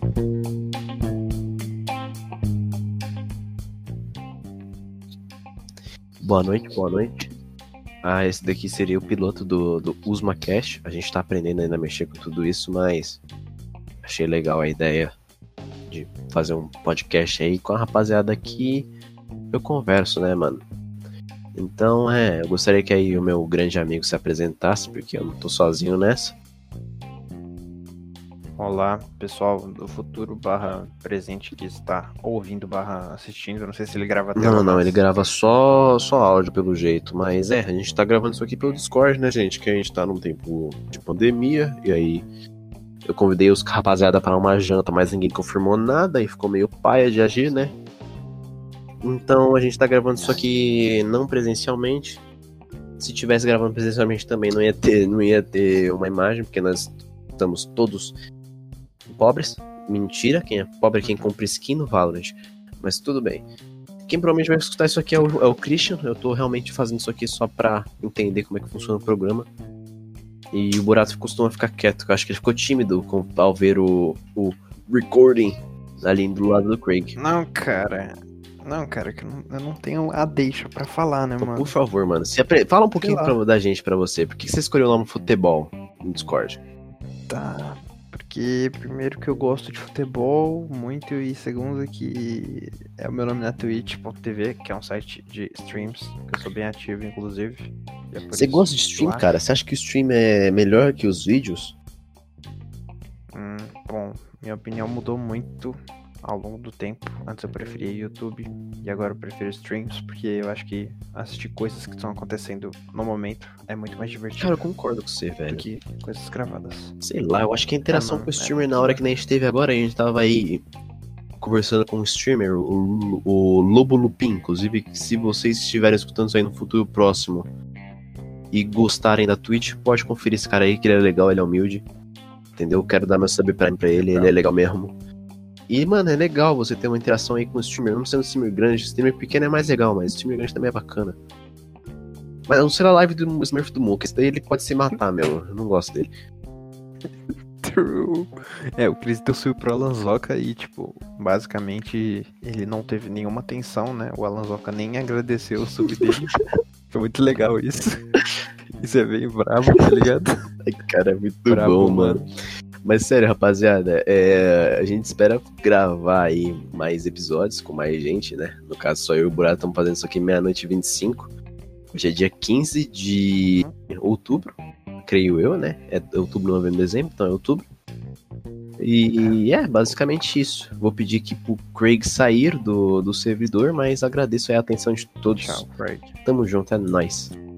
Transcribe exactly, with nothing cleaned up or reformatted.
Boa noite, boa noite. Ah, esse daqui seria o piloto do, do UsmaCast. A gente tá aprendendo ainda a mexer com tudo isso, mas achei legal a ideia de fazer um podcast aí com a rapaziada que eu converso, né, mano? Então, é, eu gostaria que aí o meu grande amigo se apresentasse, porque eu não tô sozinho nessa. Olá, pessoal do futuro barra presente que está ouvindo barra assistindo. Eu não sei se ele grava a tela. Não, não, mas... ele grava só, só áudio pelo jeito. Mas é, a gente tá gravando isso aqui pelo Discord, né, gente? Que a gente tá num tempo de pandemia. E aí eu convidei os rapaziada para uma janta, mas ninguém confirmou nada e ficou meio paia de agir, né? Então a gente tá gravando isso aqui não presencialmente. Se tivesse gravando presencialmente também não ia ter, não ia ter uma imagem, porque nós estamos todos pobres. Mentira, quem é pobre é quem compra skin no Valorant. Mas tudo bem. Quem provavelmente vai escutar isso aqui é o, é o Christian. Eu tô realmente fazendo isso aqui só pra entender como é que funciona o programa. E o Burato costuma ficar quieto. Eu acho que ele ficou tímido com, ao ver o, o recording ali do lado do Craig. Não, cara. Não, cara, que eu não, eu não tenho a deixa pra falar, né, então, mano? por favor, mano. Se apre... Fala um pouquinho pra, da gente pra você. Por que você escolheu o nome futebol no Discord? Tá. Porque primeiro que eu gosto de futebol muito e segundo que é o meu nome na Twitch ponto T V, que é um site de streams, que eu sou bem ativo, inclusive. É você gosta de stream, cara? Você acha que o stream é melhor que os vídeos? Hum, bom, minha opinião mudou muito ao longo do tempo. Antes eu preferia YouTube e agora eu prefiro streams, porque eu acho que assistir coisas que estão acontecendo no momento é muito mais divertido. Cara, eu concordo com você, velho. Do que coisas gravadas. Sei lá, eu acho que a interação é, com o streamer é, na hora que nem a gente teve agora, a gente tava aí conversando com um streamer, o, o Lobo Lupin, inclusive, se vocês estiverem escutando isso aí no futuro próximo e gostarem da Twitch, pode conferir esse cara aí, que ele é legal, ele é humilde, entendeu? Eu quero dar meu subprime pra ele, ele é legal mesmo. E, mano, é legal você ter uma interação aí com o streamer, não sendo streamer grande, streamer pequeno é mais legal, mas streamer grande também é bacana. Mas não será a live do Smurf do Mook, esse daí ele pode se matar, meu, eu não gosto dele. True. É, o Chris deu sub pro Alanzoca e, tipo, basicamente ele não teve nenhuma atenção, né? O Alanzoca nem agradeceu o sub dele. Foi muito legal isso. Isso é bem bravo, tá ligado? Ai, cara, é muito bravo, bom, mano. Mas sério, rapaziada, é, a gente espera gravar aí mais episódios com mais gente, né? No caso, só eu e o Burato estamos fazendo isso aqui meia-noite e vinte e cinco. Hoje é dia quinze de outubro, creio eu, né? É outubro, novembro, dezembro, então é outubro. E é basicamente isso. Vou pedir aqui pro Craig sair do, do servidor, mas agradeço aí a atenção de todos. Tchau, Craig. Tamo junto, é nóis.